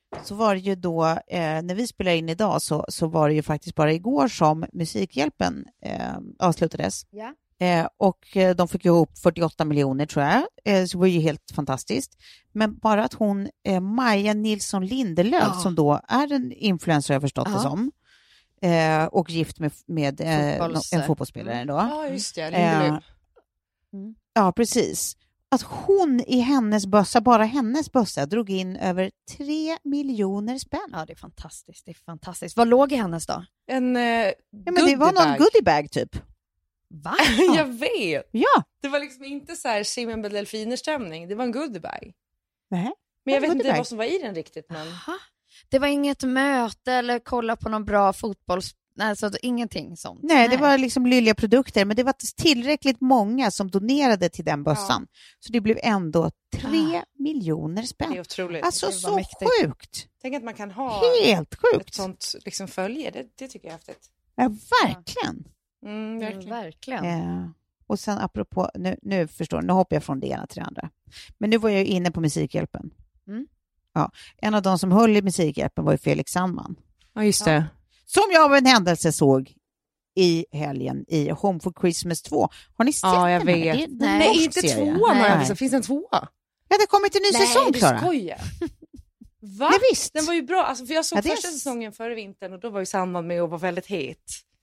så var det ju då, eh, när vi spelar in idag så, så var det ju faktiskt bara igår som Musikhjälpen eh, avslutades. Ja. Eh, och eh, de fick ihop fyrtioåtta miljoner tror jag, eh, så det var ju helt fantastiskt. Men bara att hon, eh, Maja Nilsson Lindelöf, ja. som då är en influencer jag förstått det som, eh, och gift med, med eh, Fotbolls... en fotbollsspelare då. Ja, just det, Lindelöf. Eh, mm. Ja, precis. Att hon i hennes bössa, bara hennes bössa, drog in över tre miljoner spänn. Ja, det är fantastiskt. Det är fantastiskt. Vad låg i hennes då? En uh, ja, men det var någon goodiebag typ. Va? Jag vet. Ja. Det var liksom inte så här Simon med delfiner-stämning. Det var en goodiebag. Nej. Men jag vet inte vad som var i den riktigt. Men... Aha. Det var inget möte eller kolla på någon bra fotbolls... Nej, så ingenting sånt. Nej, Nej, det var liksom lylliga produkter, men det var tillräckligt många som donerade till den bössan. Ja. Så det blev ändå tre ah. miljoner spänn. Det är otroligt. Alltså så mäktigt. Sjukt. Tänk att man kan ha helt sjukt. Ett sånt liksom följe. Det, det tycker jag är häftigt. Ja, verkligen. Mm, verkligen. Mm, verkligen. Ja. Och sen apropå, nu, nu förstår nu hoppar jag från det ena till det andra. Men nu var jag inne på Musikhjälpen. Mm. Ja, en av de som höll i Musikhjälpen var ju Felix Sandman. Ja, just det. Ja. Som jag av en händelse såg i helgen i Home for Christmas två. Har ni sett den? Ja, jag här? vet. Det är, nej, nej inte tvåan. Nej. Det finns en tvåa. Ja, det kommer till en ny nej, säsong, Klara. Nej, du skojar. Va? Nej, visst. Den var ju bra. Alltså, för jag såg ja, första är... säsongen före vintern och då var ju Sandman med och var väldigt het.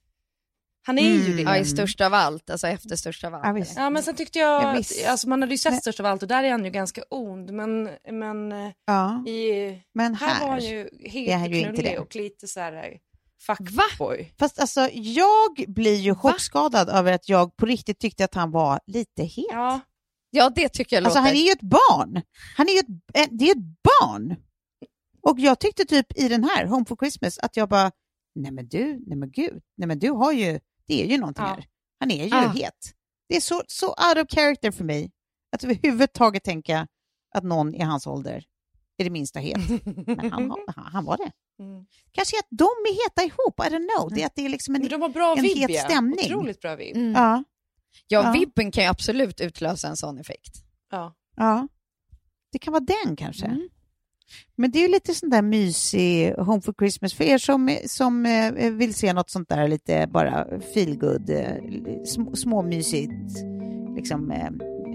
Han är mm. ju det. Ja, i Största av allt. Alltså efter Största av allt. Ja, ja, men sen tyckte jag... Ja, alltså, man hade ju sett men... Största av allt och där är han ju ganska ond. Men, men, ja. i, men här, här var han ju helt ju knullig och lite så här... Fuckboy. Fast alltså, jag blir ju chockskadad över att jag på riktigt tyckte att han var lite het. Ja, ja det tycker jag alltså, låter. Han är ju ett barn. Han är ju ett, det är ett barn. Och jag tyckte typ i den här Home for Christmas att jag bara, nej men du, nej men gud, nej men du har ju, det är ju någonting ja. här. Han är ju ah. het. Det är så, så out of character för mig att överhuvudtaget tänka att någon i hans ålder är det minsta het. Men han, han, han var det. Mm. Kanske att de är heta ihop, I don't know. Det är att det är liksom en, de har bra en vibb, het stämning. Otroligt bra vibb. Mm. Ja. Ja, ja, vibben kan ju absolut utlösa en sån effekt. Ja. Ja. Det kan vara den kanske. Mm. Men det är ju lite sån där mysig Home for Christmas för er som, som eh, vill se något sånt där lite bara feel good, eh, sm- småmysigt, liksom eh,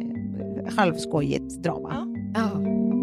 halvskojigt drama. Ja. Ja.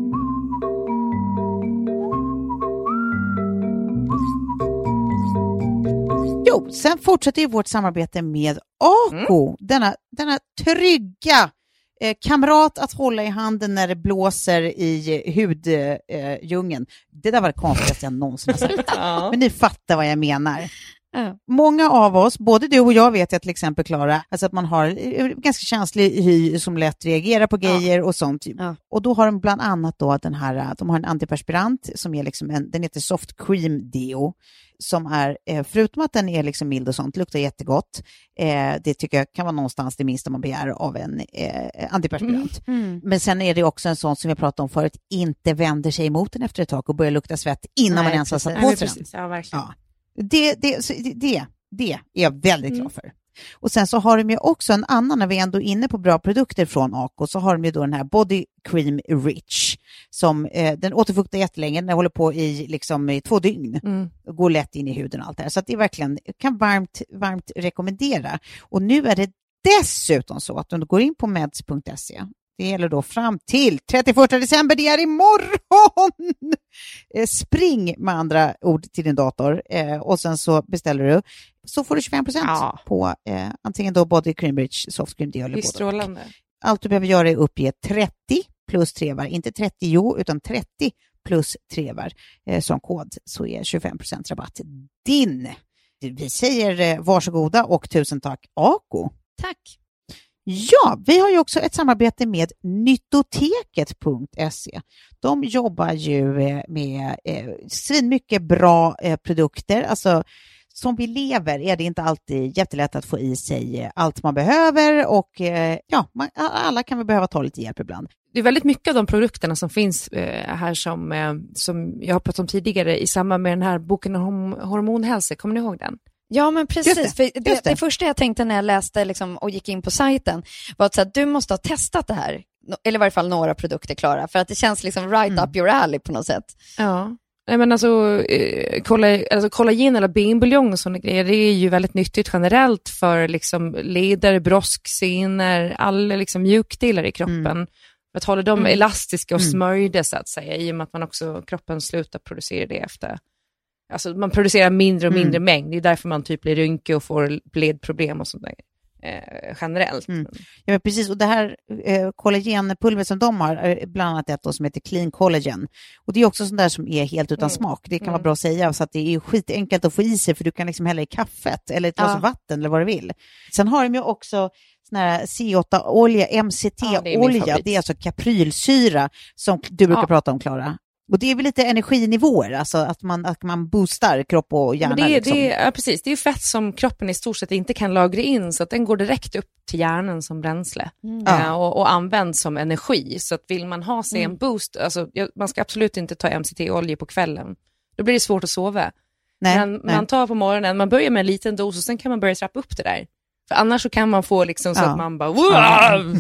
Jo, sen fortsätter ju vårt samarbete med Ako, mm. denna, denna trygga eh, kamrat att hålla i handen när det blåser i huddjungeln. Eh, det där var det konstigaste jag någonsin har sagt. Ja. Men ni fattar vad jag menar. Ja. Många av oss, både du och jag vet jag till exempel, Klara, alltså att man har ganska känslig hy som lätt reagerar på grejer ja. och sånt. Ja. Och då har de bland annat då den här, de har en antiperspirant som är liksom en, den heter Soft Cream Deo, som är, förutom att den är liksom mild och sånt, luktar jättegott. Eh, det tycker jag kan vara någonstans det minsta man begär av en eh, antiperspirant. Mm. Mm. Men sen är det också en sån som vi pratade om förut, inte vänder sig emot den efter ett tag och börjar lukta svett innan Nej, man ens har satt på sig den. Ja, verkligen. Ja. Det, det, det, det är jag väldigt glad för. Och sen så har de ju också en annan, när vi är ändå inne på bra produkter från Ako, så har de ju då den här Body Cream Rich som eh, den återfuktar jättelänge, den håller på i liksom i två dygn mm. går lätt in i huden och allt det här. Så att det är verkligen, kan varmt, varmt rekommendera. Och nu är det dessutom så att om du går in på meds punkt se, det gäller då fram till trettioförsta december, det är imorgon! Spring med andra ord till din dator eh, och sen så beställer du, så får du tjugofem procent ja. på eh, antingen då Body Cream Rich, Soft Cream Deo eller strålande. Allt du behöver göra är uppge trettio plus trevar, inte trettio utan trettio plus trevar eh, som kod, så är tjugofem procent rabatt din. Vi säger eh, varsågoda och tusen tack Ako. Tack. Ja, vi har ju också ett samarbete med nyttoteket punkt se. De jobbar ju med eh, svinmycket bra eh, produkter. Alltså, som vi lever är det inte alltid jättelätt att få i sig allt man behöver. Och eh, ja, man, alla kan väl behöva ta lite hjälp ibland. Det är väldigt mycket av de produkterna som finns eh, här som, eh, som jag har pratat om tidigare i samband med den här boken om hormonhälsa. Kommer ni ihåg den? Ja, men precis. Det, för det, det. det första jag tänkte när jag läste liksom, och gick in på sajten var att, så att du måste ha testat det här. Eller i varje fall några produkter, Klara. För att det känns liksom right mm. up your alley på något sätt. Ja. Nej, men alltså, eh, kolla, alltså kollagen eller benbuljong och sådana grejer, det är ju väldigt nyttigt generellt för liksom leder, brosksenor, alla liksom mjukdelar i kroppen. Mm. För att hålla dem mm. elastiska och smörjda så att säga, i och med att man också, kroppen slutar producera det efter. Alltså man producerar mindre och mindre mm. mängd, det är därför man typ blir rynkig och får ledproblem och sånt där. Eh, generellt. Mm. Ja, precis. Och det här eh, kollagenpulver som de har, är bland annat ett då som heter Clean Collagen. Och det är också sånt där som är helt utan mm. smak. Det kan mm. vara bra att säga, så att det är skitenkelt att få i sig, för du kan liksom hälla i kaffet eller ett glas ja. vatten eller vad du vill. Sen har de ju också sån här C åtta-olja, M C T-olja. Ja, det, det är alltså kaprylsyra som du brukar ja. prata om, Klara. Och det är väl lite energinivåer, alltså att man, att man boostar kropp och hjärna. Men det, liksom. det, ja, precis. Det är ju fett som kroppen i stort sett inte kan lagra in, så att den går direkt upp till hjärnan som bränsle mm. äh, och, och används som energi. Så att vill man ha sig mm. en boost, alltså, man ska absolut inte ta M C T-olja på kvällen. Då blir det svårt att sova. Nej, Men nej. man tar på morgonen, man börjar med en liten dos och sen kan man börja trappa upp det där. För annars så kan man få liksom så ja. att man bara... Wow!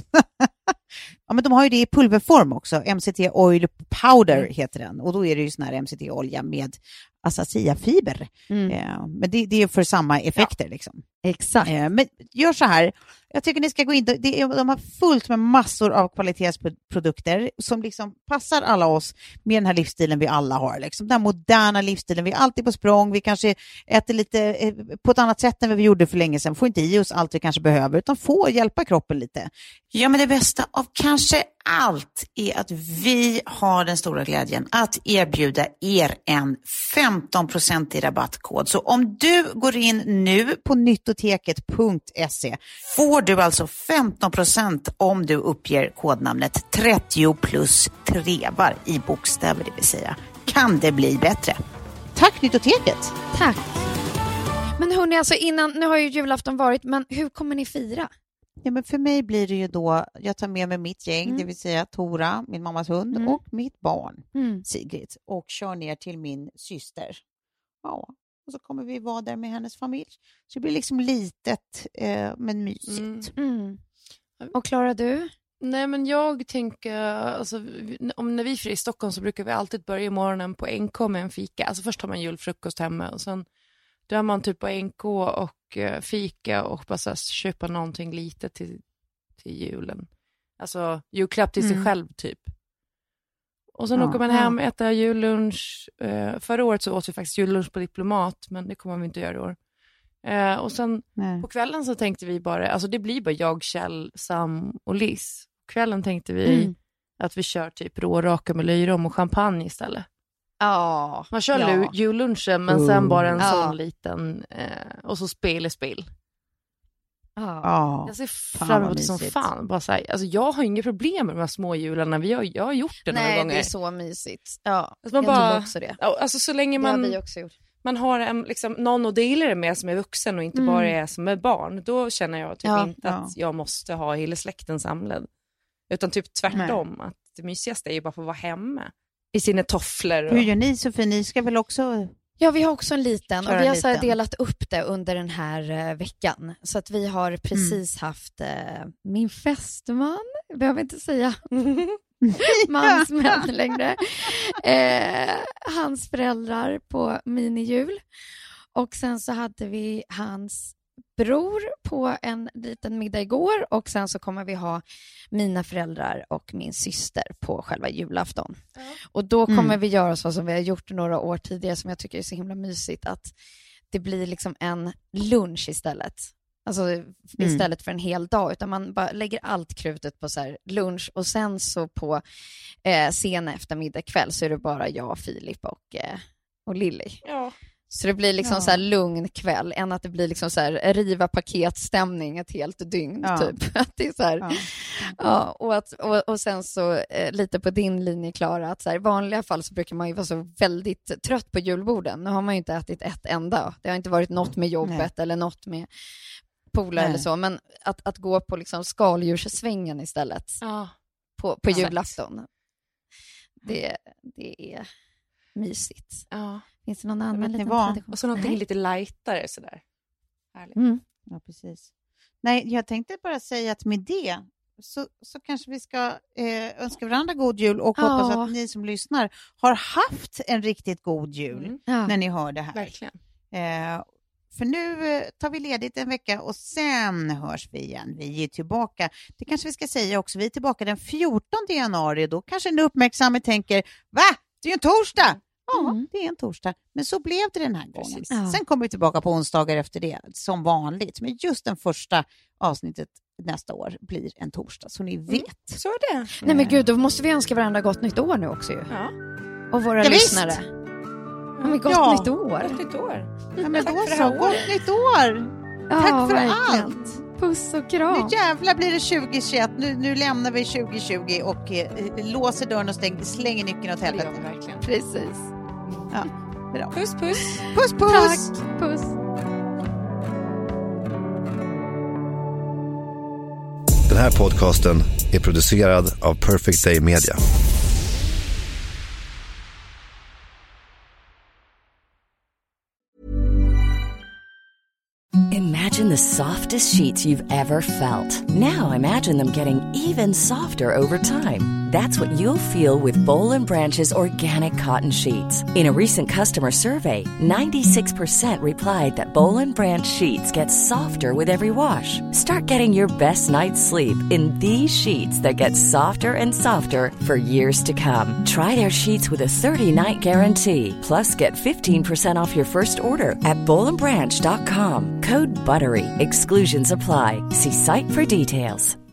Ja, men de har ju det i pulverform också. M C T Oil Powder mm. heter den. Och då är det ju sån här M C T-olja med asacia-fiber. Mm. Eh, men det, det är för samma effekter. Ja. Liksom. Exakt. Eh, men gör så här. Jag tycker ni ska gå in. Det är, de har fullt med massor av kvalitetsprodukter som liksom passar alla oss med den här livsstilen vi alla har. Liksom. Den moderna livsstilen. Vi är alltid på språng. Vi kanske äter lite eh, på ett annat sätt än vad vi gjorde för länge sedan. Får inte i oss allt vi kanske behöver, utan får hjälpa kroppen lite. Ja, men det bästa av kanske allt är att vi har den stora glädjen att erbjuda er en femton procent i rabattkod. Så om du går in nu på nyttoteket punkt se får du alltså femton procent om du uppger kodnamnet trettio plus trevar i bokstäver, det vill säga. Kan det bli bättre? Tack Nyttoteket! Tack! Men hörni, alltså innan, nu har ju julafton varit, men hur kommer ni fira? Ja, men för mig blir det ju då, jag tar med mig mitt gäng, mm. det vill säga Tora, min mammas hund, mm. och mitt barn, mm. Sigrid, och kör ner till min syster. Ja, och så kommer vi vara där med hennes familj. Så det blir liksom litet, eh, men mysigt. Mm. Mm. Och Klara, du? Nej, men jag tänker, alltså, om när vi är i Stockholm så brukar vi alltid börja morgonen på N K med en fika. Alltså först har man julfrukost hemma och sen där man typ på N K och uh, fika och bara så här, köpa någonting lite till, till julen. Alltså julklapp till mm. sig själv typ. Och sen ja, åker man hem, ja. äter jullunch. Uh, förra året så åt vi faktiskt jullunch på Diplomat, men det kommer vi inte göra i år. Uh, och sen Nej. på kvällen så tänkte vi bara, alltså det blir bara jag, Kjell, Sam och Liz. Kvällen tänkte vi mm. att vi kör typ råraka med löjrom och champagne istället. Ja, man kör ja. jullunchen men mm. sen bara en ja. sån liten eh, och så spel i spel. Ja. Jag ser fram emot det som fan. Bara så här, alltså jag har inga problem med de här små jularna. Vi har, jag har gjort det några Nej, gånger. Nej, det är så mysigt. Ja, alltså man jag bara, tror också det. Alltså så länge man, det har vi också gjort. Man har en, liksom, någon att dela det med som är vuxen och inte mm. bara är som är barn. Då känner jag typ ja, inte ja. att jag måste ha hela släkten samlad. Utan typ tvärtom. Nej. Att det mysigaste är ju bara för att vara hemma. I sina tofflor. Och... Hur gör ni, Sofie? Ni ska väl också... Ja, vi har också en liten. Köra och vi har liten. så delat upp det under den här uh, veckan. Så att vi har precis mm. haft uh, min fästman. Behöver inte säga mansmän längre. Uh, hans föräldrar på minijul. Och sen så hade vi hans bror på en liten middag igår och sen så kommer vi ha mina föräldrar och min syster på själva julafton. Mm. Och då kommer mm. vi göra så som vi har gjort några år tidigare som jag tycker är så himla mysigt, att det blir liksom en lunch istället. Alltså mm. istället för en hel dag, utan man bara lägger allt krutet på så här lunch och sen så på eh, sen eftermiddag kväll så är det bara jag, Filip och, eh, och Lilly. Ja. Så det blir liksom ja. så här lugn kväll, än att det blir liksom så här riva paketstämning ett helt dygn ja. typ. Det är så här, ja. Ja, och, att, och, och sen så eh, lite på din linje, Klara, att så här, i vanliga fall så brukar man ju vara så väldigt trött på julborden. Nu har man ju inte ätit ett enda. Det har inte varit något med jobbet Nej. eller något med polare eller så, men att, att gå på liksom skaldjurssvängen istället ja. på, på julafton. Det, det är mysigt. Ja. Finns det någon annan liten tradition? Och så någonting Nej. lite lightare sådär. Härligt. Mm. Ja, precis. Nej, jag tänkte bara säga att med det så, så kanske vi ska eh, önska varandra god jul och Ja. hoppas att ni som lyssnar har haft en riktigt god jul Mm. Ja. när ni hör det här. Verkligen. Eh, för nu eh, tar vi ledigt en vecka och sen hörs vi igen. Vi är tillbaka. Det kanske vi ska säga också. Vi är tillbaka den fjortonde januari. Då kanske en uppmärksamma tänker, va? Det är ju en torsdag! Ja, Mm. det är en torsdag. Men så blev det den här gången. Precis. Ja. Sen kommer vi tillbaka på onsdagar efter det, som vanligt. Men just den första avsnittet nästa år blir en torsdag, så ni vet. Så är det. Nej men gud, då måste vi önska varandra gott nytt år nu också ju. Ja. Och våra Ja, visst. lyssnare. Ja, men gott Ja. nytt år. Gott nytt år. Ja, men då Tack för det så, här gott året. nytt år! Ja, Tack för verkligen. allt! Puss och Nu kram. jävlar blir det tjugohundratjugoett. Nu, nu lämnar vi tjugohundratjugo och eh, låser dörren och stäng, slänger nyckeln åt Det gör vi helvete. verkligen. Precis. Ja, bra. Puss puss. Puss puss! Tack. Puss. Den här podcasten är producerad av Perfect Day Media. Imagine the softest sheets you've ever felt. Now imagine them getting even softer over time. That's what you'll feel with Boll and Branch's organic cotton sheets. In a recent customer survey, ninety-six percent replied that Boll and Branch sheets get softer with every wash. Start getting your best night's sleep in these sheets that get softer and softer for years to come. Try their sheets with a thirty-night guarantee. Plus, get fifteen percent off your first order at boll and branch dot com. Code BUTTERY. Exclusions apply. See site for details.